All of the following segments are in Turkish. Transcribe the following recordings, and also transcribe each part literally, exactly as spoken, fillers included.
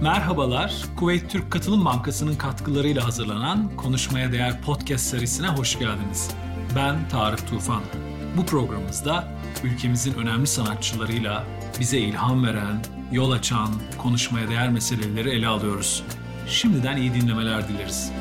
Merhabalar, Kuveyt Türk Katılım Bankası'nın katkılarıyla hazırlanan Konuşmaya Değer Podcast serisine hoş geldiniz. Ben Tarık Tufan. Bu programımızda ülkemizin önemli sanatçılarıyla bize ilham veren, yol açan, konuşmaya değer meseleleri ele alıyoruz. Şimdiden iyi dinlemeler dileriz.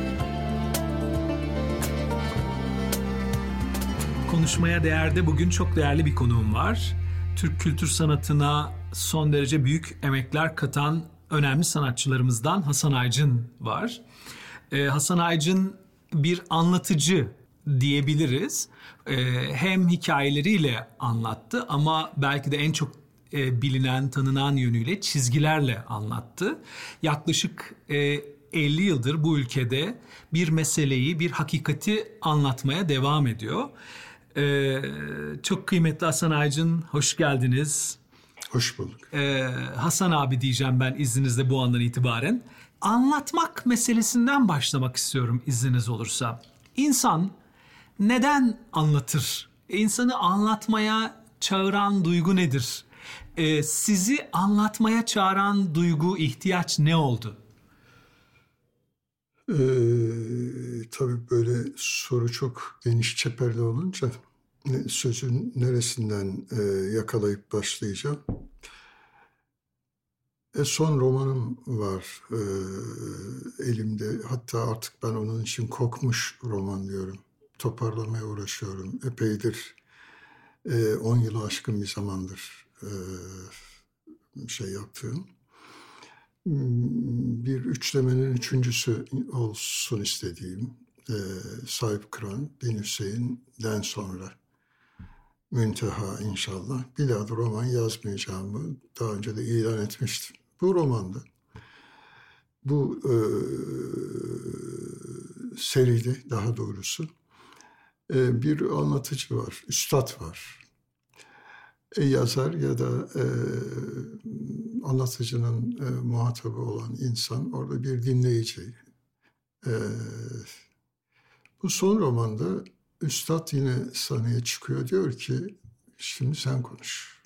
Konuşmaya Değer'de bugün çok değerli bir konuğum var. Türk kültür sanatına son derece büyük emekler katan önemli sanatçılarımızdan Hasan Aycın var. Ee, Hasan Aycın bir anlatıcı diyebiliriz. Ee, hem hikayeleriyle anlattı ama belki de en çok e, bilinen, tanınan yönüyle çizgilerle anlattı. Yaklaşık e, elli yıldır bu ülkede bir meseleyi, bir hakikati anlatmaya devam ediyor. Ee, çok kıymetli Hasan Aycın, hoş geldiniz. Hoş bulduk. Ee, Hasan abi diyeceğim ben izninizle bu andan itibaren. Anlatmak meselesinden başlamak istiyorum izniniz olursa. İnsan neden anlatır? İnsanı anlatmaya çağıran duygu nedir? Ee, sizi anlatmaya çağıran duygu, ihtiyaç ne oldu? Ee, tabii böyle soru çok geniş çeperli olunca sözün neresinden e, yakalayıp başlayacağım. E, son romanım var e, elimde. Hatta artık ben onun için kokmuş roman diyorum. Toparlamaya uğraşıyorum. Epeydir, e, on yılı aşkın bir zamandır e, şey yaptığım. Bir üçlemenin üçüncüsü olsun istediğim e, Sahip Kıran, Bin Hüseyin'den sonra Münteha inşallah. Bir daha da roman yazmayacağımı daha önce de ilan etmiştim. Bu romanda, bu e, seride daha doğrusu e, bir anlatıcı var, üstad var. E, yazar ya da e, anlatıcının e, muhatabı olan insan orada bir dinleyici. E, bu son romanda üstad yine sahneye çıkıyor, diyor ki şimdi sen konuş.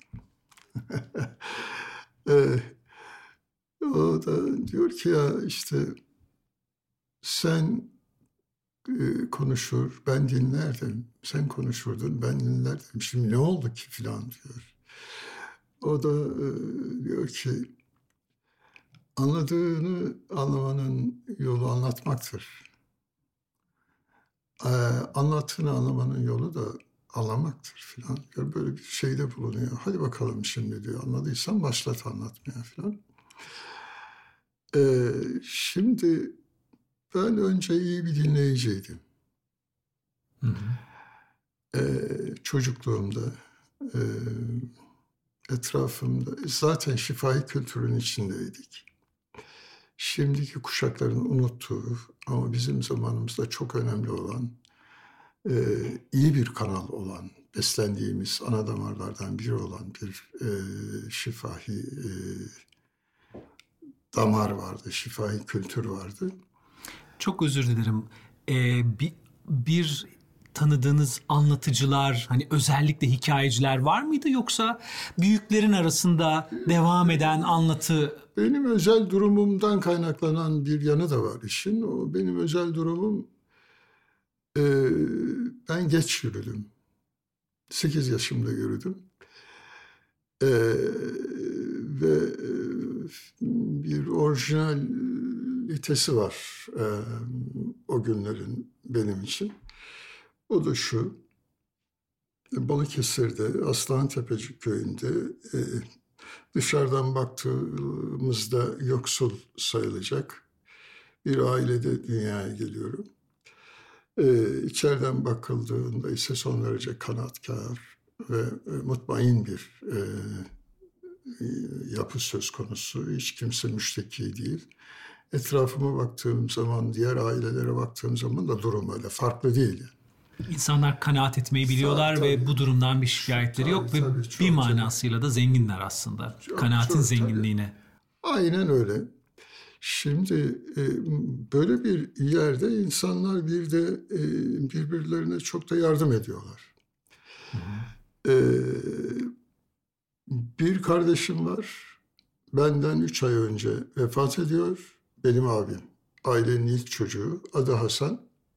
e, o da diyor ki ya işte sen e, konuşur, ben dinlerdim. Sen konuşurdun, ben dinlerdim. Şimdi ne oldu ki filan diyor. O da e, diyor ki anladığını anlamanın yolu anlatmaktır. Ee, anlattığını anlamanın yolu da anlamaktır filan. Böyle bir şeyde bulunuyor. Hadi bakalım şimdi diyor. Anladıysan başlat anlatmaya filan. Ee, şimdi ben önce iyi bir dinleyiciydim. Hı hı. Ee, çocukluğumda, e, etrafımda zaten şifahi kültürün içindeydik. Şimdiki kuşakların unuttuğu ama bizim zamanımızda çok önemli olan, e, iyi bir kanal olan, beslendiğimiz ana damarlardan biri olan bir e, şifahi e, damar vardı, şifahi kültür vardı. Çok özür dilerim. Ee, bir, bir tanıdığınız anlatıcılar, hani özellikle hikayeciler var mıydı yoksa büyüklerin arasında devam eden anlatı? Benim özel durumumdan kaynaklanan bir yanı da var işin. O benim özel durumum, e, ben geç yürüdüm. sekiz yaşımda yürüdüm. E, ve e, bir orijinalitesi var e, o günlerin benim için. O da şu: Balıkesir'de, Aslantepe'cik köyünde, e, dışarıdan baktığımızda yoksul sayılacak bir ailede dünyaya geliyorum. Ee, içeriden bakıldığında ise son derece kanaatkar ve e, mutmain bir e, yapı söz konusu. Hiç kimse müşteki değil. Etrafıma baktığım zaman, diğer ailelere baktığım zaman da durum öyle farklı değil. İnsanlar kanaat etmeyi biliyorlar tabii, ve tabii. Bu durumdan bir şikayetleri tabii, yok ve tabii, çok, bir manasıyla çok, da zenginler aslında. Çok, Kanaatin çok, zenginliğine. Tabii. Aynen öyle. Şimdi e, böyle bir yerde insanlar bir de e, birbirlerine çok da yardım ediyorlar. Hı hı. E, bir kardeşim var, benden üç ay önce vefat ediyor. Benim abim. Ailenin ilk çocuğu. Adı Hasan.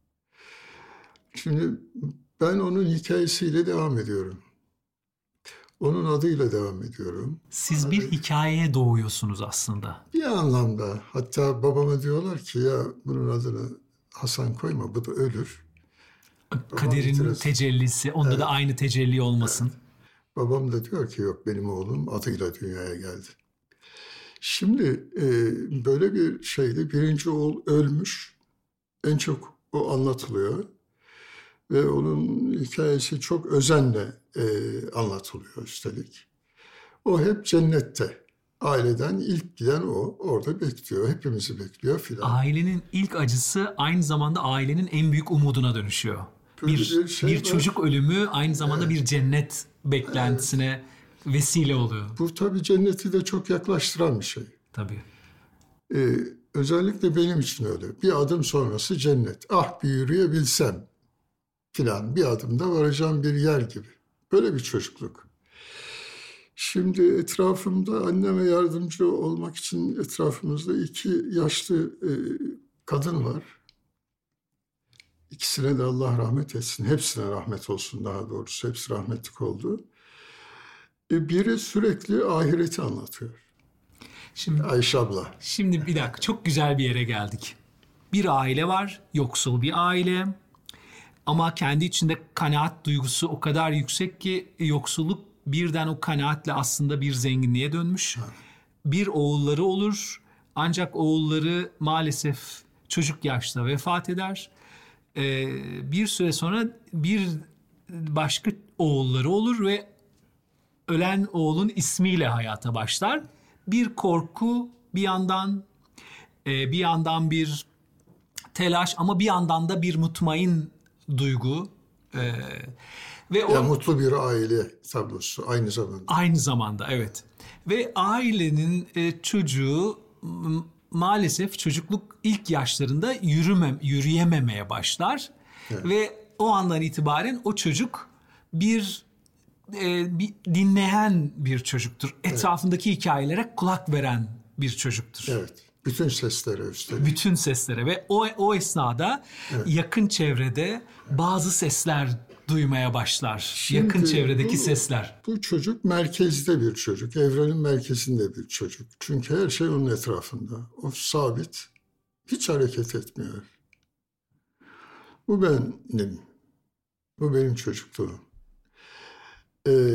Şimdi ben onun hikayesiyle devam ediyorum. Onun adıyla devam ediyorum. Siz bir hikayeye doğuyorsunuz aslında. Bir anlamda. Hatta babama diyorlar ki ya bunun adını Hasan koyma, bu da ölür. Kaderin itiraz. tecellisi, onda Evet. da aynı tecelli olmasın. Evet. Babam da diyor ki yok benim oğlum adıyla dünyaya geldi. Şimdi e, böyle bir şeyde birinci oğul ölmüş. En çok o anlatılıyor. Ve onun hikayesi çok özenle e, anlatılıyor üstelik. O hep cennette. Aileden ilk giden o. Orada bekliyor. Hepimizi bekliyor filan. Ailenin ilk acısı aynı zamanda ailenin en büyük umuduna dönüşüyor. Böyle Bir, bir şey bir var. çocuk ölümü aynı zamanda bir cennet beklentisine vesile oluyor. Bu tabii cenneti de çok yaklaştıran bir şey. Tabii. Ee, özellikle benim için öyle. Bir adım sonrası cennet. Ah bir yürüyebilsem filan. Bir adımda varacağım bir yer gibi. Böyle bir çocukluk. Şimdi etrafımda anneme yardımcı olmak için etrafımızda iki yaşlı e, kadın var. İkisine de Allah rahmet etsin. Hepsine rahmet olsun daha doğrusu. Hepsi rahmetlik oldu. E, biri sürekli ahireti anlatıyor. Şimdi, Ayşe abla. şimdi bir dakika, çok güzel bir yere geldik. Bir aile var, yoksul bir aile. Ama kendi içinde kanaat duygusu o kadar yüksek ki yoksulluk birden o kanaatle aslında bir zenginliğe dönmüş. Bir oğulları olur ancak oğulları maalesef çocuk yaşta vefat eder. Ee, bir süre sonra bir başka oğulları olur ve ölen oğlun ismiyle hayata başlar. Bir korku bir yandan, e, bir yandan bir telaş ama bir yandan da bir mutmain duygu. Ee, ve o Ya, mutlu bir aile tablosu aynı zamanda. aynı zamanda evet. Ve ailenin e, çocuğu m- maalesef çocukluk ilk yaşlarında yürüme, yürüyememeye başlar. Evet. Ve o andan itibaren o çocuk bir, e, bir dinleyen bir çocuktur. Etrafındaki hikayelere kulak veren bir çocuktur. Evet. Bütün seslere üstelik. Bütün seslere ve o o esnada Evet. yakın çevrede bazı sesler duymaya başlar. Şimdi yakın çevredeki bu- sesler. Bu çocuk merkezde bir çocuk. Evrenin merkezinde bir çocuk. Çünkü her şey onun etrafında. O sabit. Hiç hareket etmiyor. Bu benim. Bu benim çocukluğum. Ee,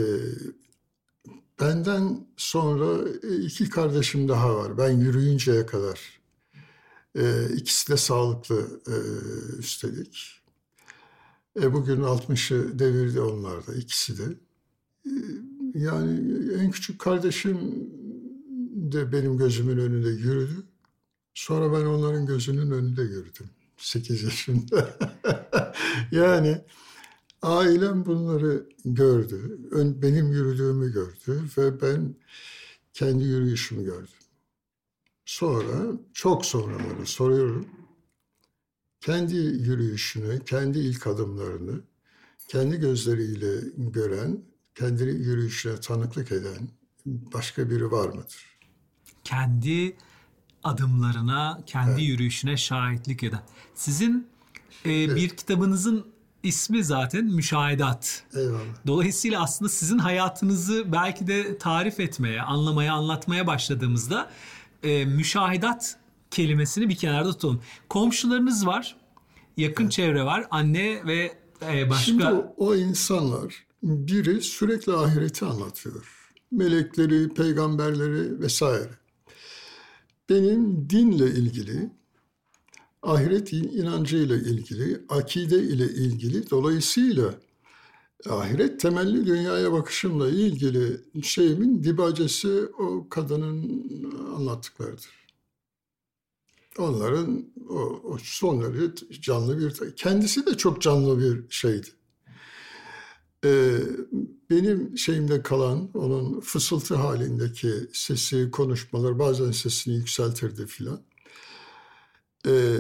benden sonra iki kardeşim daha var. Ben yürüyünceye kadar. Ee, ikisi de sağlıklı e, üstelik. E, bugün altmışı devirdi onlar da, ikisi de. E, yani en küçük kardeşim de benim gözümün önünde yürüdü. Sonra ben onların gözünün önünde yürüdüm. sekiz yaşında. Yani ailem bunları gördü. Ön- Benim yürüdüğümü gördü ve ben kendi yürüyüşümü gördüm. Sonra, çok sonraları soruyorum. Kendi yürüyüşünü, kendi ilk adımlarını kendi gözleriyle gören, kendi yürüyüşüne tanıklık eden başka biri var mıdır? Kendi adımlarına, kendi Evet. yürüyüşüne şahitlik eden. Sizin e, bir kitabınızın ismi zaten Müşahedat. Eyvallah. Dolayısıyla aslında sizin hayatınızı belki de tarif etmeye, anlamaya, anlatmaya başladığımızda e, müşahedat kelimesini bir kenarda tutalım. Komşularınız var, yakın çevre var, anne ve e, başka... Şimdi o, o insanlar, biri sürekli ahireti anlatıyor. Melekleri, peygamberleri vesaire. Benim dinle ilgili, ahiret inancıyla ilgili, akide ile ilgili, dolayısıyla ahiret temelli dünyaya bakışımla ilgili şeyimin dibacesi o kadının anlattıklarıdır. Onların o, o son derece canlı bir, kendisi de çok canlı bir şeydi. Ee, benim şeyimde kalan onun fısıltı halindeki sesi, konuşmalar, bazen sesini yükseltirdi filan. Ee,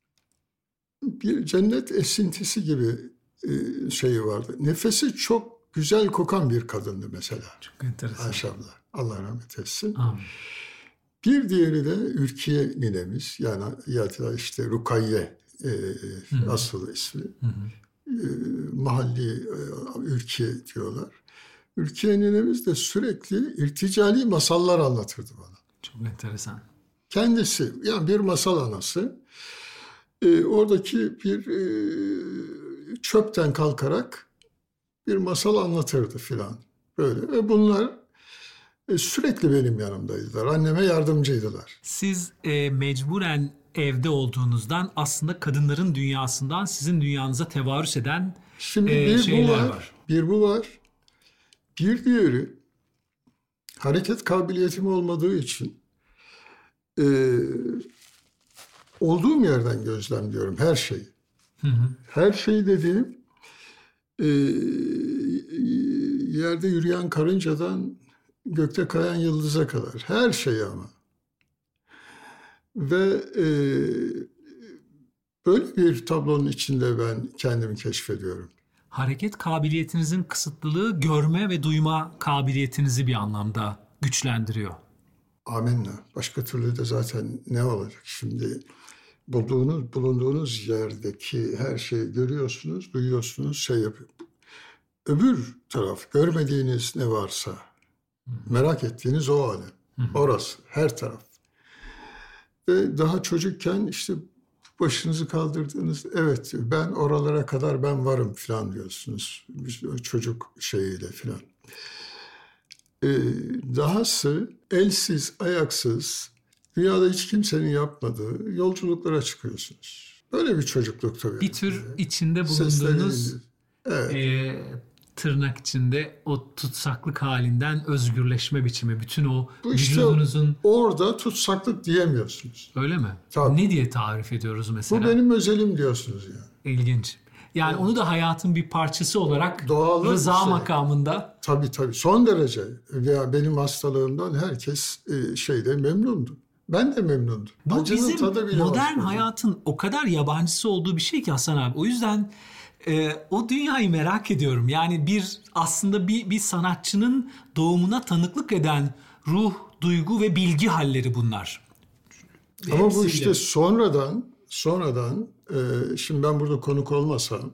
bir cennet esintisi gibi e, şeyi vardı. Nefesi çok güzel kokan bir kadındı mesela. Çok enteresan. Ayşe abla. Allah rahmet etsin. Amin. Bir diğeri de Ürkiye ninemiz. Yani ya da işte Rukayye e, asıl ismi. Hı hı. E, mahalli e, Ürkiye diyorlar. Ürkiye ninemiz de sürekli irticali masallar anlatırdı bana. Çok enteresan. Kendisi yani bir masal anası. E, oradaki bir e, çöpten kalkarak bir masal anlatırdı filan. Böyle ve bunlar e, sürekli benim yanımdaydılar. Anneme yardımcıydılar. Siz e, mecburen evde olduğunuzdan aslında kadınların dünyasından sizin dünyanıza tevarüs eden Şimdi e, bir şeyler bu var, var. bir bu var. Bir diğeri hareket kabiliyetim olmadığı için e, olduğum yerden gözlemliyorum her şeyi. Hı hı. Her şey dediğim e, yerde yürüyen karıncadan gökte kayan yıldıza kadar. Her şey ama. Ve e, böyle bir tablonun içinde ben kendimi keşfediyorum. Hareket kabiliyetinizin kısıtlılığı görme ve duyma kabiliyetinizi bir anlamda güçlendiriyor. Amenna. Başka türlü de zaten ne olacak? Şimdi bulduğunuz, bulunduğunuz yerdeki her şeyi görüyorsunuz, duyuyorsunuz, şey yapıyor. Öbür taraf, görmediğiniz ne varsa, merak ettiğiniz o alem. Orası, her taraf. Ve daha çocukken işte başınızı kaldırdığınız, evet ben oralara kadar ben varım falan diyorsunuz. Çocuk şeyiyle falan. Ee, dahası elsiz, ayaksız, dünyada hiç kimsenin yapmadığı yolculuklara çıkıyorsunuz. Böyle bir çocuklukta benim. Bir tür içinde Sesleri bulunduğunuz indi. Evet. e, tırnak içinde o tutsaklık halinden özgürleşme biçimi. Bütün o Bu işte vücudunuzun... orada tutsaklık diyemiyorsunuz. Öyle mi? Tabii. Ne diye tarif ediyoruz mesela? Bu benim özelim diyorsunuz ya. İlginç. Yani evet. Onu da hayatın bir parçası olarak Doğal rıza şey. makamında. Tabii tabii son derece. Ya benim hastalığımdan herkes e, şeyde memnundu. Ben de memnundum. Bu Acının bizim tadı bile modern hoşmadı. hayatın o kadar yabancısı olduğu bir şey ki Hasan abi. O yüzden e, o dünyayı merak ediyorum. Yani bir aslında bir bir sanatçının doğumuna tanıklık eden ruh, duygu ve bilgi halleri bunlar. Ama Hepsiyle. bu işte sonradan sonradan e, şimdi ben burada konuk olmasam,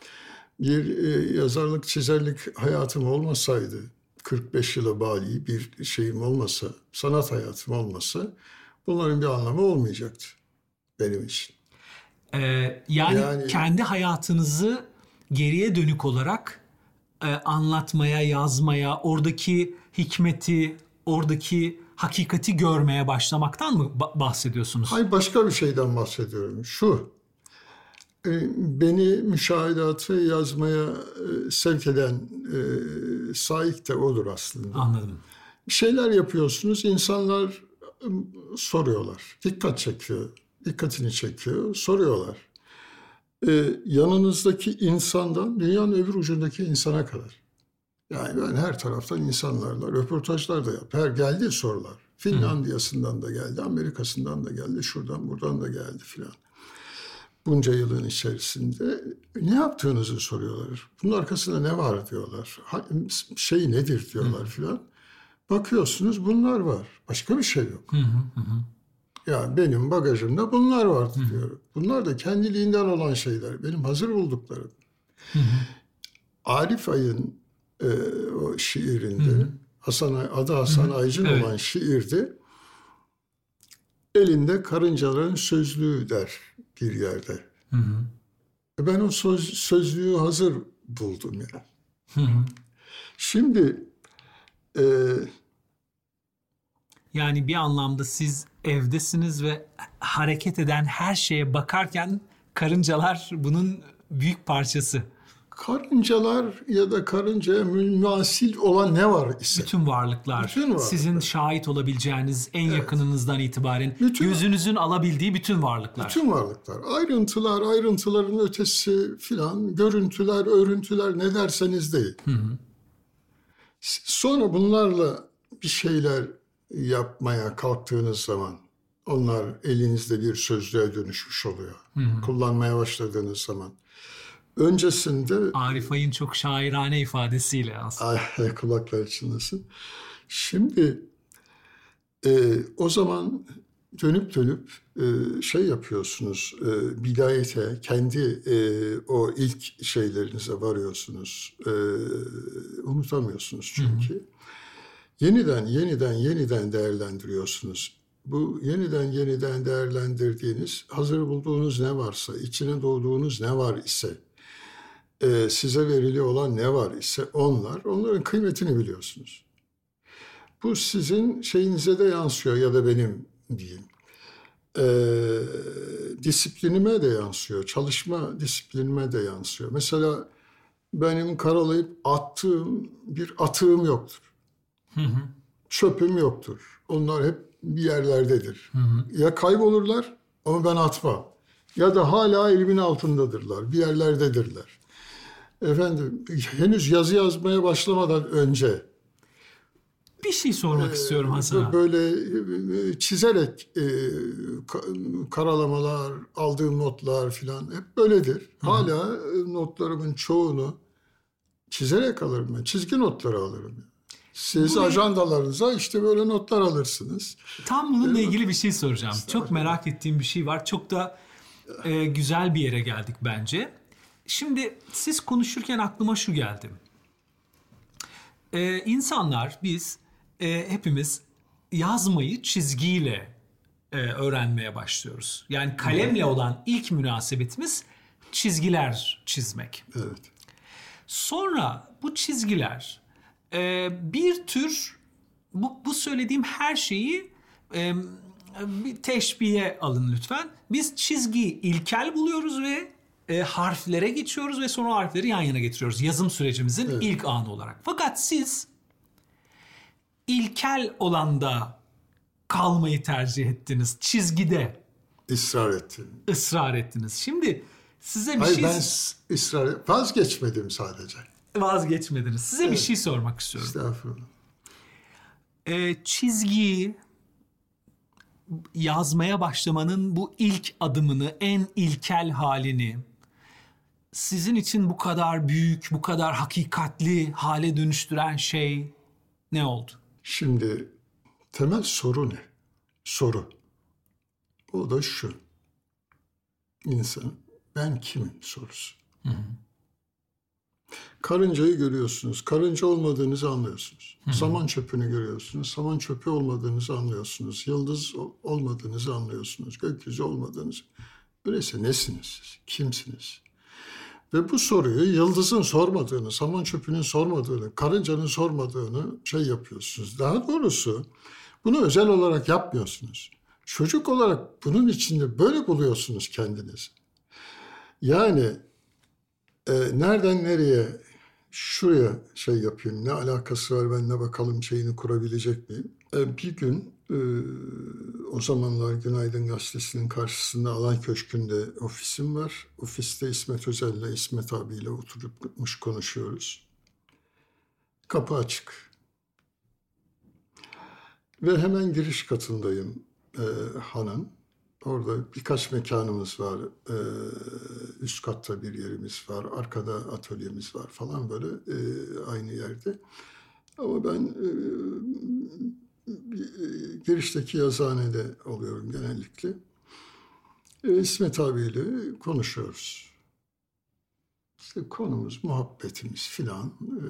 bir e, yazarlık çizerlik hayatım olmasaydı, kırk beş yıla bali bir şeyim olmasa, sanat hayatım olmasa bunların bir anlamı olmayacaktı benim için. Ee, yani, Yani- kendi hayatınızı geriye dönük olarak e, anlatmaya, yazmaya, oradaki hikmeti, oradaki hakikati görmeye başlamaktan mı ba- bahsediyorsunuz? Hayır, başka bir şeyden bahsediyorum. Şu, e, beni müşahedatı yazmaya e, sevk eden e, saik de odur aslında. Anladım. Bir şeyler yapıyorsunuz, insanlar e, soruyorlar. Dikkat çekiyor, dikkatini çekiyor, soruyorlar. E, yanınızdaki insandan dünyanın öbür ucundaki insana kadar. Yani ben her taraftan insanlarla röportajlar da yap. Her geldi sorular. Finlandiya'sından da geldi, Amerika'sından da geldi, şuradan buradan da geldi filan. Bunca yılın içerisinde ne yaptığınızı soruyorlar. Bunun arkasında ne var diyorlar. Ha- Şey nedir diyorlar filan. Bakıyorsunuz bunlar var. Başka bir şey yok. Hı hı hı. Ya benim bagajımda bunlar vardı diyor. Bunlar da kendiliğinden olan şeyler. Benim hazır bulduklarım. Arif Ay'ın e, o şiirinde, Hasan Ay, adı Hasan Aycın Evet. olan şiirde elinde karıncaların sözlüğü der bir yerde. Hı hı. E Ben o söz, sözlüğü hazır buldum ya. Hı hı. Şimdi e, Yani bir anlamda siz evdesiniz ve hareket eden her şeye bakarken karıncalar bunun büyük parçası. karıncalar ya da karıncaya mümasil olan ne var ise. Bütün varlıklar, Bütün varlıklar. sizin şahit olabileceğiniz en yakınınızdan itibaren Bütün- gözünüzün alabildiği bütün varlıklar. Bütün varlıklar. Ayrıntılar, ayrıntıların ötesi filan, görüntüler, örüntüler ne derseniz değil. Siz Sonra bunlarla bir şeyler yapmaya kalktığınız zaman onlar elinizde bir sözlüğe dönüşmüş oluyor. Kullanmaya başladığınız zaman. Öncesinde... Arif Ay'ın çok şairane ifadesiyle aslında. Ay, kulaklar çınlasın. Şimdi e, o zaman dönüp dönüp e, şey yapıyorsunuz, e, bidayete, kendi e, o ilk şeylerinize varıyorsunuz. E, unutamıyorsunuz çünkü. Hı hı. Yeniden, yeniden, yeniden değerlendiriyorsunuz. Bu yeniden, yeniden değerlendirdiğiniz, hazır bulduğunuz ne varsa, içine doğduğunuz ne var ise, e, size verili olan ne var ise onlar, onların kıymetini biliyorsunuz. Bu sizin şeyinize de yansıyor ya da benim diyeyim. E, disiplinime de yansıyor, çalışma disiplinime de yansıyor. Mesela benim karalayıp attığım bir atığım yoktur. Hı hı. Çöpüm yoktur. Onlar hep bir yerlerdedir. Hı hı. Ya kaybolurlar ama ben atmam. Ya da hala elimin altındadırlar, bir yerlerdedirler. Efendim, henüz yazı yazmaya başlamadan önce bir şey sormak e, istiyorum Hasan. Böyle çizerek e, karalamalar, aldığım notlar filan hep böyledir. Hı-hı. Hala notlarımın çoğunu çizerek alırım ben. Çizgi notları alırım. Siz Bu ajandalarınıza işte böyle notlar alırsınız. Tam bununla e, ilgili bir şey soracağım. Çok merak ettiğim bir şey var. Çok da e, güzel bir yere geldik bence. Şimdi siz konuşurken aklıma şu geldi. Ee, insanlar, biz e, hepimiz yazmayı çizgiyle e, öğrenmeye başlıyoruz. Yani kalemle olan ilk münasebetimiz çizgiler çizmek. Evet. Sonra bu çizgiler e, bir tür, bu, bu söylediğim her şeyi e, bir teşbihe alın lütfen. Biz çizgiyi ilkel buluyoruz ve E, harflere geçiyoruz ve sonra harfleri yan yana getiriyoruz. Yazım sürecimizin evet. ilk anı olarak. Fakat siz ilkel olanda kalmayı tercih ettiniz. Çizgide. Israr ettim. Israr ettiniz. Şimdi size bir Hayır, şey... ben ısrar vazgeçmedim sadece. Vazgeçmediniz. Size evet. bir şey sormak istiyorum. Estağfurullah. E, çizgiyi yazmaya başlamanın bu ilk adımını, en ilkel halini sizin için bu kadar büyük, bu kadar hakikatli hale dönüştüren şey ne oldu? Şimdi temel soru ne? Soru. O da şu. İnsan, ben kimim sorusu. Hı hı. Karıncayı görüyorsunuz. Karınca olmadığınızı anlıyorsunuz. Hı hı. Saman çöpünü görüyorsunuz. Saman çöpü olmadığınızı anlıyorsunuz. Yıldız olmadığınızı anlıyorsunuz. Gökyüzü olmadığınızı. Öyleyse nesiniz siz? Kimsiniz? Ve bu soruyu yıldızın sormadığını, saman çöpünün sormadığını, karıncanın sormadığını şey yapıyorsunuz. Daha doğrusu bunu özel olarak yapmıyorsunuz. Çocuk olarak bunun içinde böyle buluyorsunuz kendinizi. Yani e, nereden nereye, şuraya şey yapayım, ne alakası var benimle bakalım şeyini kurabilecek miyim? E, bir gün e, o zamanlar Günaydın Gazetesi'nin karşısında Alan Köşkü'nde ofisim var. Ofiste İsmet Özel'le, İsmet abiyle oturmuş konuşuyoruz. Kapı açık. Ve hemen giriş katındayım e, hanım. Orada birkaç mekanımız var. Ee, üst katta bir yerimiz var. Arkada atölyemiz var falan böyle e, aynı yerde. Ama ben e, girişteki yazıhanede oluyorum genellikle. E, İsmet abiyle konuşuyoruz. İşte konumuz, muhabbetimiz filan. E,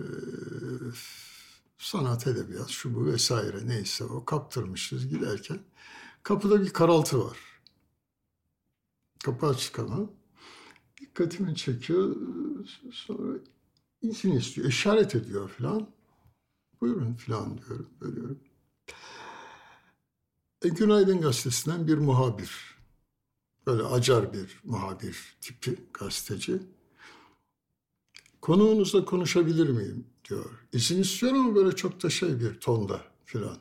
sanat, edebiyat, şu bu vesaire neyse o kaptırmışız giderken. Kapıda bir karaltı var. Kapı açık ama dikkatimi çekiyor, sonra izin istiyor, işaret ediyor falan. Buyurun falan diyorum, bölüyorum. E, Günaydın Gazetesi'nden bir muhabir, böyle acar bir muhabir tipi gazeteci. Konuğunuzla konuşabilir miyim diyor. İzin istiyor ama böyle çok da şey bir tonda falan.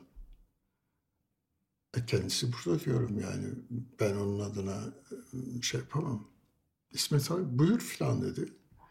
E kendisi burada diyorum yani ben onun adına şey yapamam. İsmet abi buyur falan dedi.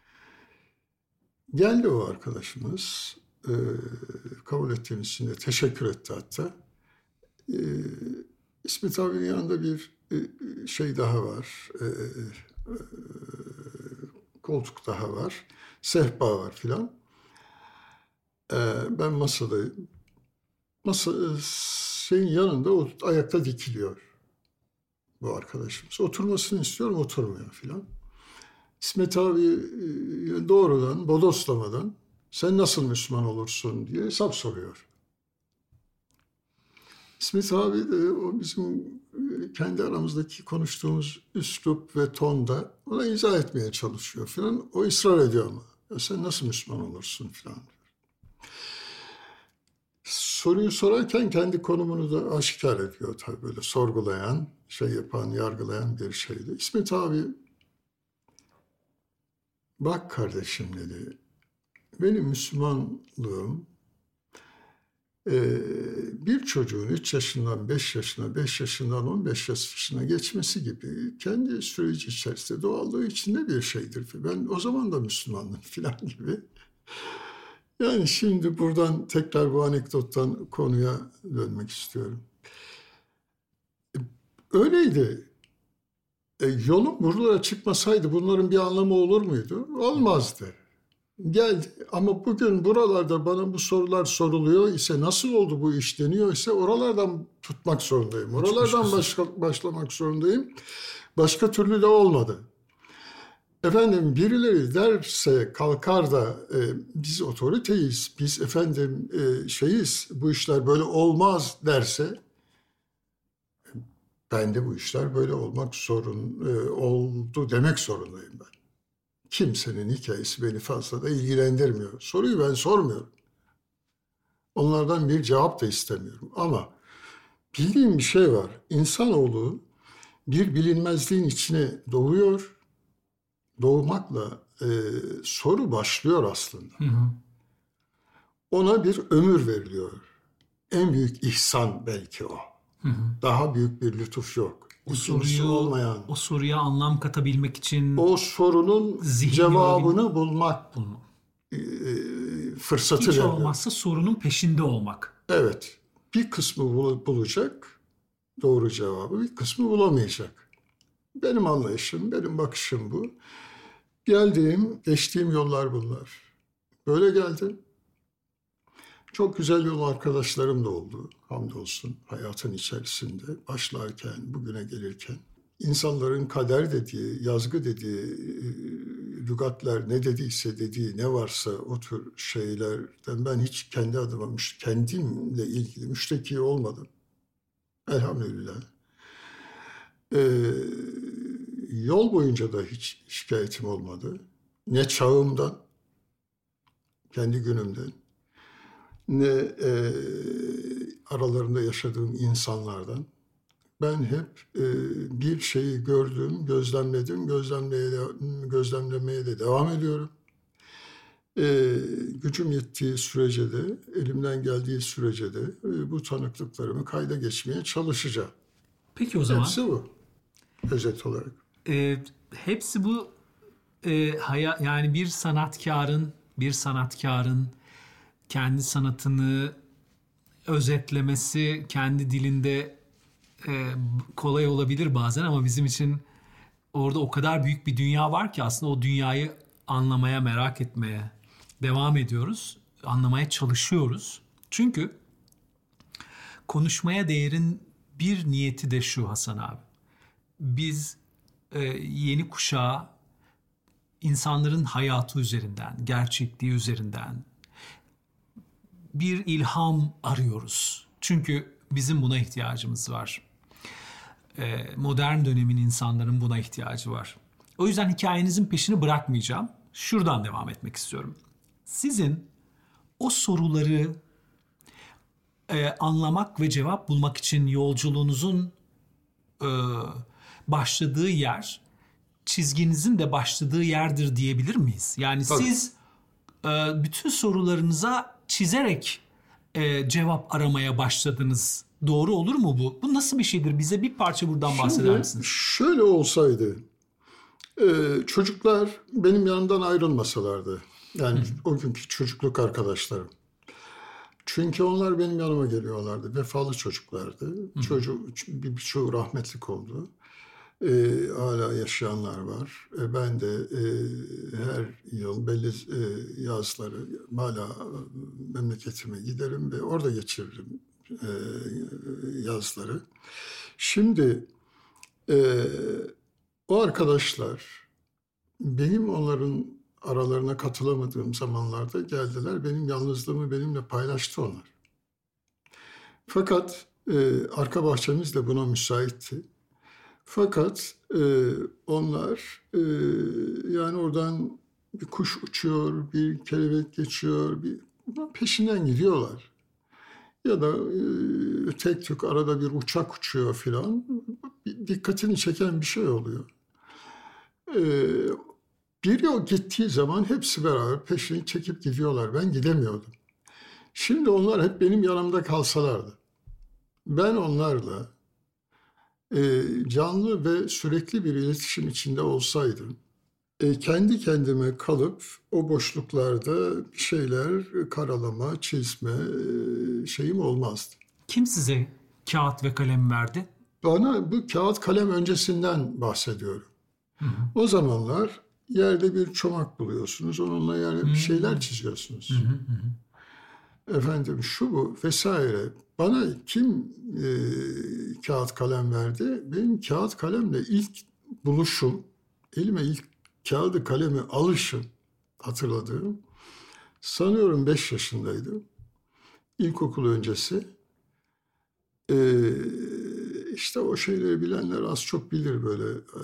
Geldi o arkadaşımız. E, kabul ettiğimiz için de teşekkür etti hatta. E, İsmet abinin yanında bir e, şey daha var. E, e, koltuk daha var. Sehpa var filan. Ee, ben masadayım. Masa şeyin yanında o ayakta dikiliyor bu arkadaşımız. Oturmasını istiyorum, oturmuyor filan. İsmet abi doğrudan, bodoslamadan sen nasıl Müslüman olursun diye hesap soruyor. İsmet abi de o bizim kendi aramızdaki konuştuğumuz üslup ve tonda ona izah etmeye çalışıyor filan. O ısrar ediyor ama. Ya sen nasıl Müslüman olursun filan. Soruyu sorarken kendi konumunu da aşikar ediyor tabii, böyle sorgulayan, şey yapan, yargılayan bir şeydi. İsmet abi, bak kardeşim dedi, benim Müslümanlığım e, bir çocuğun üç yaşından beş yaşına, beş yaşından on beş yaşına geçmesi gibi kendi süreci içerisinde doğallığı içinde bir şeydir. Ben o zaman da Müslümanım filan gibi. Yani şimdi buradan tekrar bu anekdottan konuya dönmek istiyorum. Öyleydi. E, yolum buralara çıkmasaydı bunların bir anlamı olur muydu? Olmazdı. Geldi ama bugün buralarda bana bu sorular soruluyor ise, nasıl oldu bu iş deniyor ise oralardan tutmak zorundayım. Oralardan başka, başlamak zorundayım. Başka türlü de olmadı. Efendim birileri derse, kalkar da e, biz otoriteyiz, biz efendim e, şeyiz, bu işler böyle olmaz derse, ben de bu işler böyle olmak zorun e, oldu demek zorundayım ben. Kimsenin hikayesi beni fazla da ilgilendirmiyor. Soruyu ben sormuyorum. Onlardan bir cevap da istemiyorum. Ama bildiğim bir şey var. İnsanoğlu bir bilinmezliğin içine doğuyor. Doğmakla e, soru başlıyor aslında. Hı hı. Ona bir ömür veriliyor. En büyük ihsan belki o. Hı hı. Daha büyük bir lütuf yok. O soruyu, olmayan, o soruya anlam katabilmek için o sorunun cevabını bulmak, bulmak. E, fırsatı hiç veriyor. Olmazsa sorunun peşinde olmak. Evet. Bir kısmı bulacak doğru cevabı, bir kısmı bulamayacak. Benim anlayışım, benim bakışım bu. Geldiğim, geçtiğim yollar bunlar. Böyle geldim. Çok güzel yol arkadaşlarım da oldu. Hamdolsun hayatın içerisinde. Başlarken, bugüne gelirken. İnsanların kader dediği, yazgı dediği, lügatler ne dediyse dediği, ne varsa o tür şeylerden ben hiç kendi adıma, kendimle ilgili müşteki olmadım. Elhamdülillah. Ee, yol boyunca da hiç şikayetim olmadı. Ne çağımdan, kendi günümden, ne e, aralarında yaşadığım insanlardan. Ben hep e, bir şeyi gördüm, gözlemledim, gözlemlemeye de, gözlemlemeye de devam ediyorum. E, gücüm yettiği sürece de, elimden geldiği sürece de e, bu tanıklıklarımı kayda geçmeye çalışacağım. Peki o zaman. Hepsi bu. Özet olarak. E, hepsi bu e, haya, yani bir sanatkarın, bir sanatkarın kendi sanatını özetlemesi kendi dilinde e, kolay olabilir bazen ama bizim için orada o kadar büyük bir dünya var ki aslında o dünyayı anlamaya, merak etmeye devam ediyoruz. Anlamaya çalışıyoruz. Çünkü konuşmaya değerin bir niyeti de şu Hasan abi. Biz e, yeni kuşağa insanların hayatı üzerinden, gerçekliği üzerinden bir ilham arıyoruz. Çünkü bizim buna ihtiyacımız var. Ee, modern dönemin insanların buna ihtiyacı var. O yüzden hikayenizin peşini bırakmayacağım. Şuradan devam etmek istiyorum. Sizin o soruları e, anlamak ve cevap bulmak için yolculuğunuzun e, başladığı yer, çizginizin de başladığı yerdir diyebilir miyiz? Yani Tabii. siz e, bütün sorularınıza çizerek e, cevap aramaya başladınız. Doğru olur mu bu? Bu nasıl bir şeydir? Bize bir parça buradan Şimdi, bahseder misiniz? Şöyle olsaydı, e, çocuklar benim yanımdan ayrılmasalardı. Yani Hı. o günkü çocukluk arkadaşlarım. Çünkü onlar benim yanıma geliyorlardı. Vefalı çocuklardı. Hı. Çocuğu, bir, birçoğu rahmetlik oldu. E, hala yaşayanlar var. E, ben de e, her yıl belli e, yazları hala memleketime giderim ve orada geçiririm e, yazları. Şimdi e, o arkadaşlar benim onların aralarına katılamadığım zamanlarda geldiler. Benim yalnızlığımı benimle paylaştı onlar. Fakat e, arka bahçemiz de buna müsaitti. Fakat e, onlar e, yani oradan bir kuş uçuyor, bir kelebek geçiyor, bir peşinden gidiyorlar. Ya da e, tek tük arada bir uçak uçuyor filan. Dikkatini çeken bir şey oluyor. E, biri o gittiği zaman hepsi beraber peşini çekip gidiyorlar. Ben gidemiyordum. Şimdi onlar hep benim yanımda kalsalardı. Ben onlarla e, canlı ve sürekli bir iletişim içinde olsaydım, e, kendi kendime kalıp o boşluklarda bir şeyler karalama, çizme e, şeyim olmazdı. Kim size kağıt ve kalem verdi? Bana bu kağıt kalem öncesinden bahsediyorum. Hı hı. O zamanlar yerde bir çomak buluyorsunuz, onunla yani bir şeyler çiziyorsunuz. Hı hı hı. Efendim şu bu vesaire. Bana kim e, kağıt kalem verdi? Benim kağıt kalemle ilk buluşum, elime ilk kağıdı kalemi alışım hatırladığım. Sanıyorum beş yaşındaydım. İlkokul öncesi. Ee, işte o şeyleri bilenler az çok bilir böyle. Ee,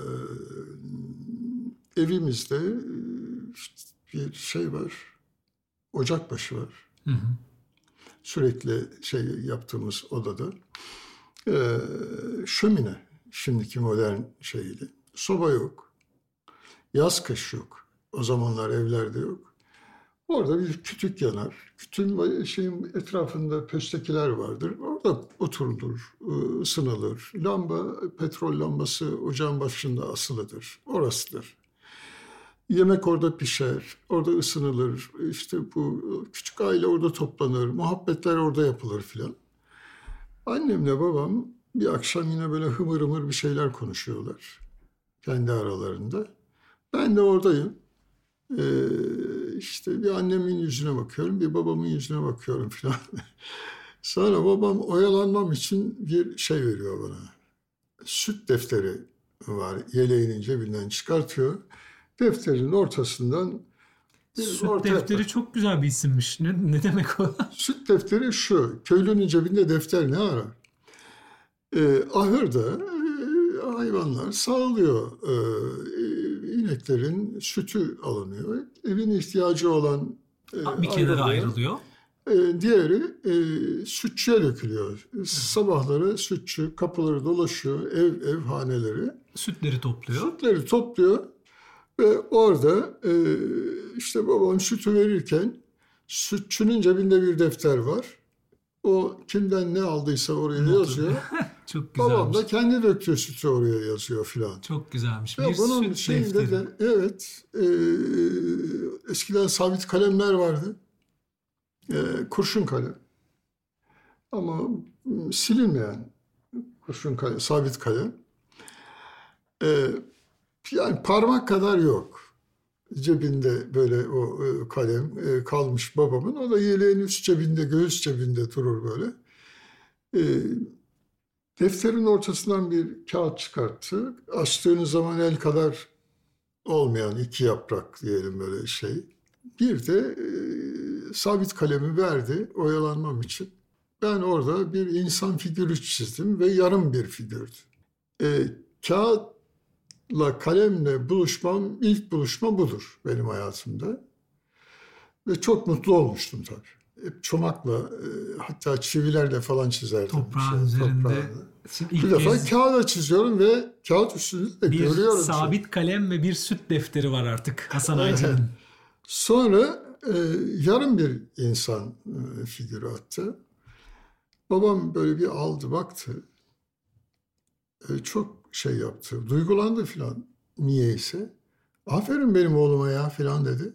evimizde işte bir şey var. Ocakbaşı var. Hı hı. Sürekli şey yaptığımız odada. Ee, şömine. Şimdiki modern şeydi. Soba yok. Yaz kış yok. O zamanlar evlerde yok. Orada bir kütük yanar. Kütüğün şeyin etrafında pöstekiler vardır. Orada oturulur, ısınılır. Lamba, petrol lambası ocağın başında asılıdır. Orasıdır. Yemek orada pişer, orada ısınılır. İşte bu küçük aile orada toplanır. Muhabbetler orada yapılır filan. Annemle babam bir akşam yine böyle hımır hımır bir şeyler konuşuyorlar. Kendi aralarında. Ben de oradayım. Ee, işte bir annemin yüzüne bakıyorum, bir babamın yüzüne bakıyorum falan. Sonra babam oyalanmam için bir şey veriyor bana. Süt defteri var, yeleğinin cebinden çıkartıyor. Defterin ortasından bir süt orta defteri yapar. Çok güzel bir isimmiş. Ne, ne demek o? Süt defteri şu, köylünün cebinde defter ne arar? Ee, ahırda e, hayvanlar sağlıyor. Ee, ineklerin sütü alınıyor. Evin ihtiyacı olan e, bir kenara ayrılıyor. E, diğeri e, sütçüye dökülüyor. Hı. Sabahları sütçü kapıları dolaşıyor, ev ev haneleri. Sütleri topluyor. Sütleri topluyor ve orada e, işte babam sütü verirken sütçünün cebinde bir defter var. O kimden ne aldıysa oraya Notu. yazıyor. Çok güzelmiş. Babam da kendi döktüğü sütü oraya yazıyor filan. Çok güzelmiş. Bir bunun süt şeyinde defteri. de evet e, eskiden sabit kalemler vardı. E, kurşun kalem. Ama silinmeyen kurşun kalem, sabit kalem. E, yani parmak kadar yok. Cebinde böyle o e, kalem e, kalmış babamın. O da yeleğin üst cebinde, göğüs cebinde durur böyle. E, defterin ortasından bir kağıt çıkarttı. Açtığınız zaman el kadar olmayan iki yaprak diyelim böyle şey. Bir de e, sabit kalemi verdi oyalanmam için. Ben orada bir insan figürü çizdim ve yarım bir figürdü. E, kağıtla kalemle buluşmam, ilk buluşma budur benim hayatımda. Ve çok mutlu olmuştum tabii. Hep çomakla, e, hatta çivilerle falan çizerdim. Toprağın şey, üzerinde. Bir defa kez... kağıda çiziyorum ve kağıt üstünde de bir görüyorum. Bir sabit şey. kalem ve bir süt defteri var artık Hasan Aycan'ın. Sonra e, yarım bir insan e, figürü attı. Babam böyle bir aldı baktı. E, çok şey yaptı. Duygulandı filan niyeyse. Aferin benim oğluma ya filan dedi.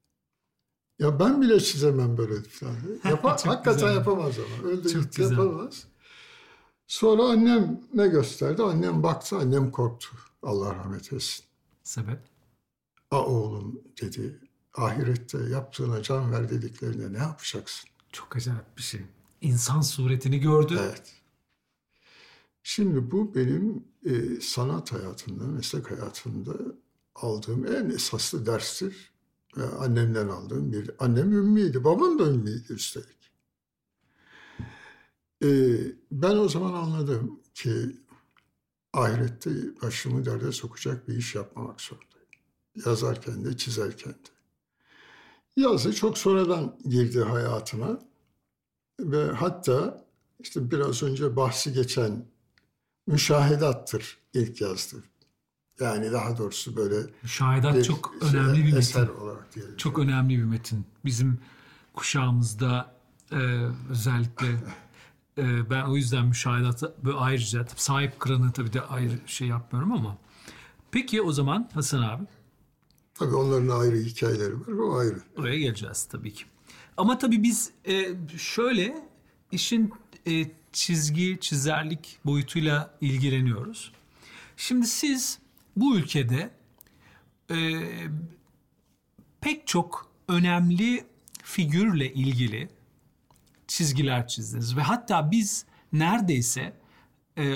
Ya ben bile çizemem böyle filan dedi. Yapa, hakikaten güzel. Yapamaz ama. Öyle çok gitti, yapamaz. Sonra anneme gösterdi. Annem baktı. Annem korktu. Allah rahmet etsin. Sebep? A oğlum dedi, ahirette yaptığına can ver dediklerinde ne yapacaksın? Çok acayip bir şey. İnsan suretini gördü. Evet. Şimdi bu benim e, sanat hayatımda, meslek hayatımda aldığım en esaslı derstir. Ve annemden aldığım bir... Annem ümmiydi, babam da ümmiydi üstelik. E, ben o zaman anladım ki ahirette başımı derde sokacak bir iş yapmamak zorundayım. Yazarken de, çizerken de. Yazı çok sonradan girdi hayatıma. Ve hatta işte biraz önce bahsi geçen müşahedattır ilk yazdığım. Yani daha doğrusu böyle... Müşahedat bir çok şey, önemli bir eser metin. olarak diyelim. Çok önemli bir metin. Bizim kuşağımızda e, özellikle e, ben o yüzden müşahedatı böyle ayrıca sahip kıranı tabii de ayrı şey yapmıyorum ama. Peki o zaman Hasan abi. Tabii onların ayrı hikayeleri var, o ayrı. Oraya geleceğiz tabii ki. Ama tabii biz e, şöyle işin e, çizgi, çizerlik boyutuyla ilgileniyoruz. Şimdi siz bu ülkede e, pek çok önemli figürle ilgili çizgiler çizdiniz. Ve hatta biz neredeyse e,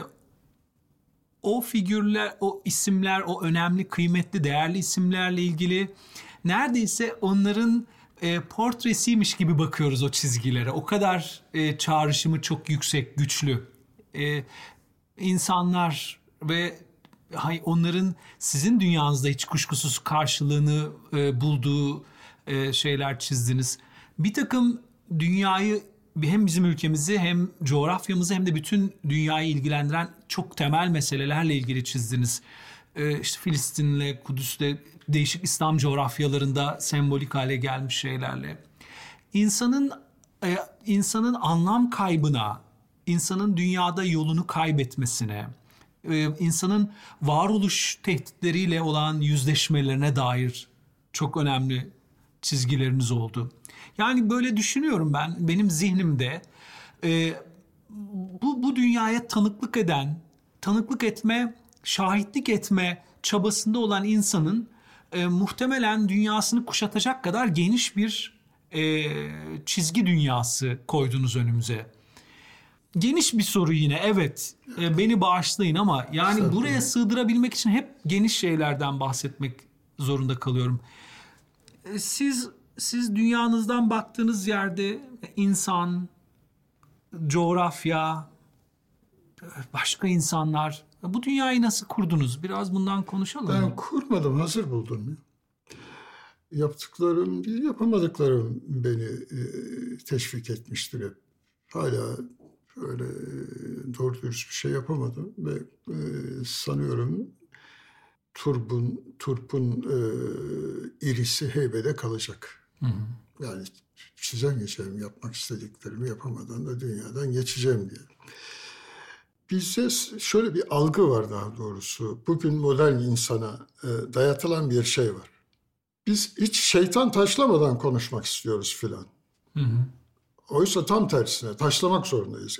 o figürler, o isimler, o önemli, kıymetli, değerli isimlerle ilgili neredeyse onların e, portresiymiş gibi bakıyoruz o çizgilere. O kadar e, çağrışımı çok yüksek, güçlü. E, insanlar ve onların sizin dünyanızda hiç kuşkusuz karşılığını e, bulduğu e, şeyler çizdiniz. Bir takım dünyayı hem bizim ülkemizi hem coğrafyamızı hem de bütün dünyayı ilgilendiren çok temel meselelerle ilgili çizdiniz. Ee, işte Filistin'le, Kudüs'le, değişik İslam coğrafyalarında sembolik hale gelmiş şeylerle. İnsanın e, insanın anlam kaybına, insanın dünyada yolunu kaybetmesine, e, insanın varoluş tehditleriyle olan yüzleşmelerine dair çok önemli çizgileriniz oldu. Yani böyle düşünüyorum ben, benim zihnimde e, bu, bu dünyaya tanıklık eden, tanıklık etme, şahitlik etme çabasında olan insanın e, muhtemelen dünyasını kuşatacak kadar geniş bir e, çizgi dünyası koydunuz önümüze. Geniş bir soru yine, evet, e, beni bağışlayın ama yani buraya sığdırabilmek için hep geniş şeylerden bahsetmek zorunda kalıyorum. E, siz Siz dünyanızdan baktığınız yerde insan, coğrafya, başka insanlar, bu dünyayı nasıl kurdunuz? Biraz bundan konuşalım Ben mı? kurmadım, hazır buldum ya. Yaptıklarım değil, yapamadıklarım beni e, teşvik etmiştir hep. Hala böyle doğru dürüst bir şey yapamadım ve e, sanıyorum Turp'un Turp'un e, irisi heybede kalacak. Hı hı. Yani çizemeyeceğim, yapmak istediklerimi yapamadan da dünyadan geçeceğim diye. Bizde şöyle bir algı var daha doğrusu. Bugün modern insana e, dayatılan bir şey var. Biz hiç şeytan taşlamadan konuşmak istiyoruz filan. Hı hı. Oysa tam tersine taşlamak zorundayız.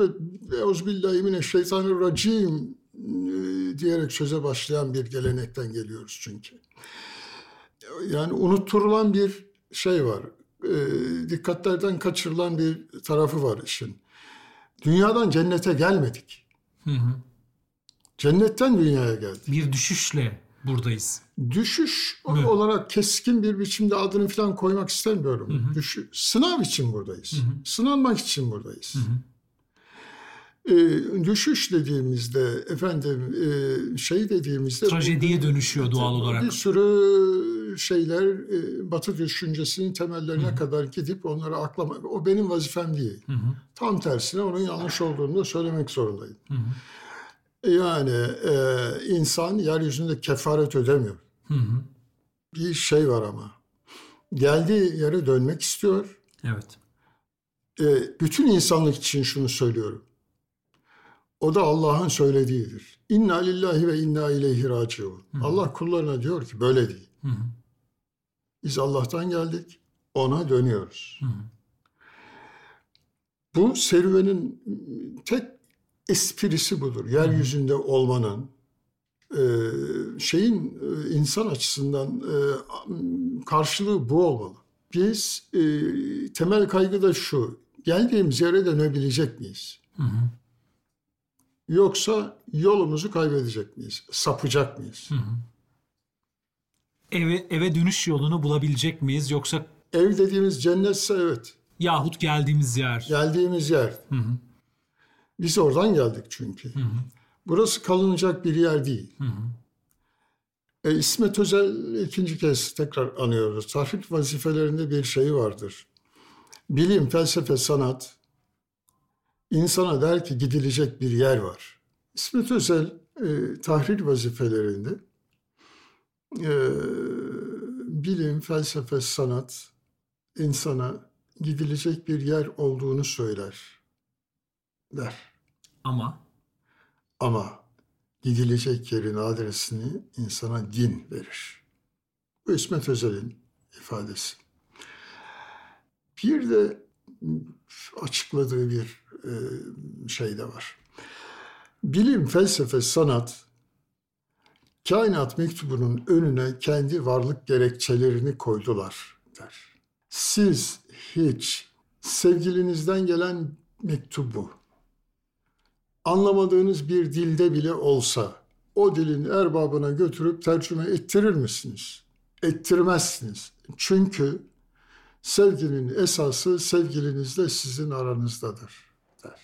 Euzubillahimineşşeytanirracim diyerek söze başlayan bir gelenekten geliyoruz çünkü. Yani unutturulan bir şey var. E, dikkatlerden kaçırılan bir tarafı var işin. Dünyadan cennete gelmedik. Hı hı. Cennetten dünyaya geldik. Bir düşüşle buradayız. Düşüş evet. olarak keskin bir biçimde adını falan koymak istemiyorum. Hı hı. Düşü, sınav için buradayız. Hı hı. Sınanmak için buradayız. Hı hı. E, düşüş dediğimizde efendim e, şey dediğimizde trajediye burada, dönüşüyor doğal olarak. Bir sürü şeyler e, Batı düşüncesinin temellerine Hı-hı. kadar gidip onları aklamak. O benim vazifem değil. Hı-hı. Tam tersine onun yanlış olduğunu da söylemek zorundayım. Hı-hı. Yani e, insan yeryüzünde kefaret ödemiyor. Hı-hı. Bir şey var ama geldiği yere dönmek istiyor. Evet. E, bütün insanlık için şunu söylüyorum. O da Allah'ın söylediğidir. İnna lillahi ve inna ileyhi raciun. Allah kullarına diyor ki böyle değil. Hı hı. Biz Allah'tan geldik, ona dönüyoruz. Hı hı. Bu serüvenin tek esprisi budur. Yeryüzünde olmanın, şeyin insan açısından karşılığı bu olmalı. Biz temel kaygı da şu: geldiğimiz yere dönebilecek miyiz? Hı hı. Yoksa yolumuzu kaybedecek miyiz? Sapacak mıyız? Hı hı. Eve, eve dönüş yolunu bulabilecek miyiz? Yoksa ev dediğimiz cennetse evet. Yahut geldiğimiz yer. Geldiğimiz yer. Hı hı. Biz oradan geldik çünkü. Hı hı. Burası kalınacak bir yer değil. Hı hı. E, İsmet Özel ikinci kez tekrar anıyoruz. Tahrir vazifelerinde bir şey vardır. Bilim, felsefe, sanat insana der ki gidilecek bir yer var. İsmet Özel e, tahrir vazifelerinde e, bilim, felsefe, sanat insana gidilecek bir yer olduğunu söyler der. Ama? Ama gidilecek yerin adresini insana din verir. Bu İsmet Özel'in ifadesi. Bir de açıkladığı bir e, şey de var. Bilim, felsefe, sanat kainat mektubunun önüne kendi varlık gerekçelerini koydular der. Siz hiç sevgilinizden gelen mektubu anlamadığınız bir dilde bile olsa o dilin erbabına götürüp tercüme ettirir misiniz? Ettirmezsiniz. Çünkü sevginin esası sevgilinizle sizin aranızdadır der.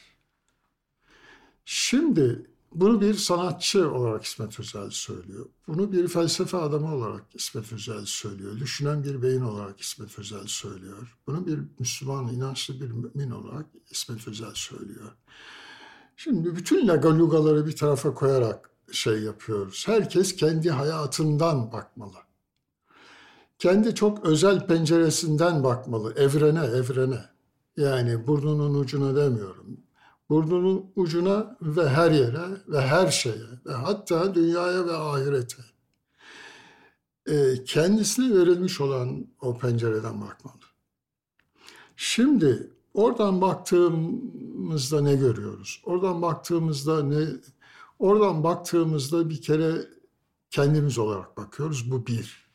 Şimdi bunu bir sanatçı olarak İsmet Özel söylüyor. Bunu bir felsefe adamı olarak İsmet Özel söylüyor. Düşünen bir beyin olarak İsmet Özel söylüyor. Bunu bir Müslüman, inançlı bir mümin olarak İsmet Özel söylüyor. Şimdi bütün lagalugaları bir tarafa koyarak şey yapıyoruz. Herkes kendi hayatından bakmalı. Kendi çok özel penceresinden bakmalı. Evrene, evrene. Yani burnunun ucuna demiyorum. Burnunun ucuna ve her yere ve her şeye ve hatta dünyaya ve ahirete. E, kendisine verilmiş olan o pencereden bakmalı. Şimdi oradan baktığımızda ne görüyoruz? Oradan baktığımızda ne? Oradan baktığımızda bir kere kendimiz olarak bakıyoruz. Bu bir.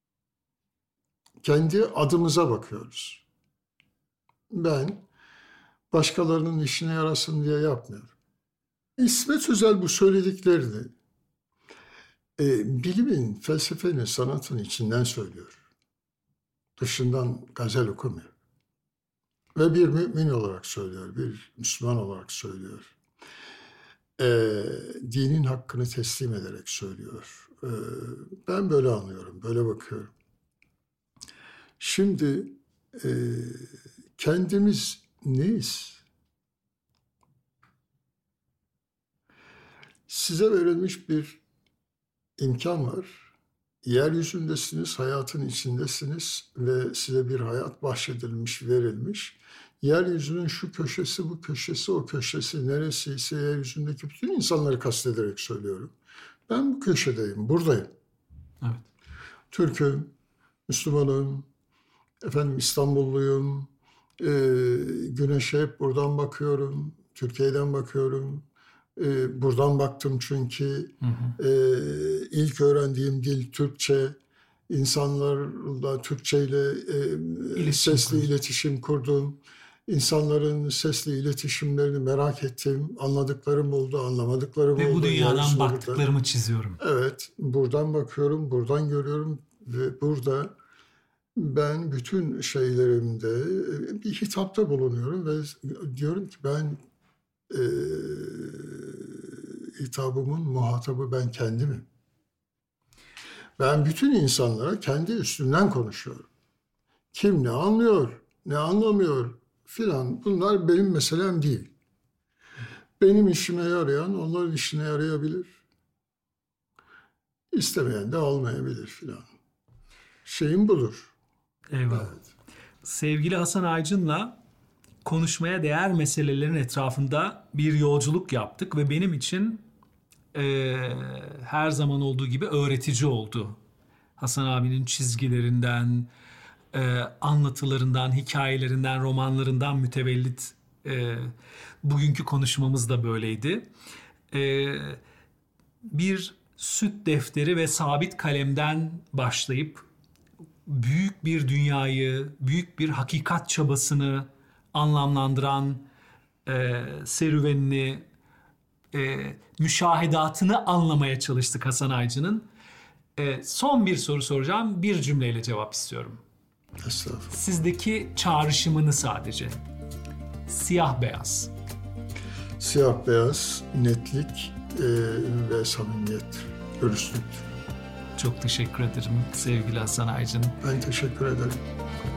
Kendi adımıza bakıyoruz. Ben başkalarının işine yarasın diye yapmıyorum. İsmet Özel bu söylediklerini e, bilimin, felsefenin, sanatın içinden söylüyor. Dışından gazel okumuyor. Ve bir mümin olarak söylüyor, bir Müslüman olarak söylüyor. E, dinin hakkını teslim ederek söylüyor. E, ben böyle anlıyorum, böyle bakıyorum. Şimdi e, kendimiz neyiz? Size verilmiş bir imkan var. Yeryüzündesiniz, hayatın içindesiniz ve size bir hayat bahşedilmiş, verilmiş. Yeryüzünün şu köşesi, bu köşesi, o köşesi neresiyse yeryüzündeki bütün insanları kastederek söylüyorum. Ben bu köşedeyim, buradayım. Evet. Türk'üm, Müslümanım, efendim İstanbulluyum, e, güneşe hep buradan bakıyorum, Türkiye'den bakıyorum. E, buradan baktım çünkü hı hı. E, ilk öğrendiğim dil Türkçe, insanlarla Türkçeyle e, sesli kurdum. iletişim kurdum. İnsanların sesli iletişimlerini merak ettim, anladıklarım oldu, anlamadıklarım ve oldu. Ve bu dünyadan baktıklarımı burada çiziyorum. Evet, buradan bakıyorum, buradan görüyorum ve burada ben bütün şeylerimde bir hitapta bulunuyorum ve diyorum ki ben e, hitabımın muhatabı ben kendimim. Ben bütün insanlara kendi üstünden konuşuyorum. Kim ne anlıyor, ne anlamıyor filan bunlar benim meselem değil. Benim işime yarayan onların işine yarayabilir. İstemeyen de almayabilir filan. Şeyim budur. Eyvallah. Evet. Sevgili Hasan Aycın'la konuşmaya değer meselelerin etrafında bir yolculuk yaptık ve benim için e, her zaman olduğu gibi öğretici oldu. Hasan abinin çizgilerinden, e, anlatılarından, hikayelerinden, romanlarından mütevellit e, bugünkü konuşmamız da böyleydi. E, bir süt defteri ve sabit kalemden başlayıp büyük bir dünyayı, büyük bir hakikat çabasını anlamlandıran e, serüvenini, e, müşahedatını anlamaya çalıştık Hasan Aycı'nın. E, son bir soru soracağım. Bir cümleyle cevap istiyorum. Estağfurullah. Sizdeki çağrışımını sadece. Siyah beyaz. Siyah beyaz, netlik e, ve samimiyet, dürüstlük. Çok teşekkür ederim sevgili Hasan Aycın. Ben teşekkür ederim.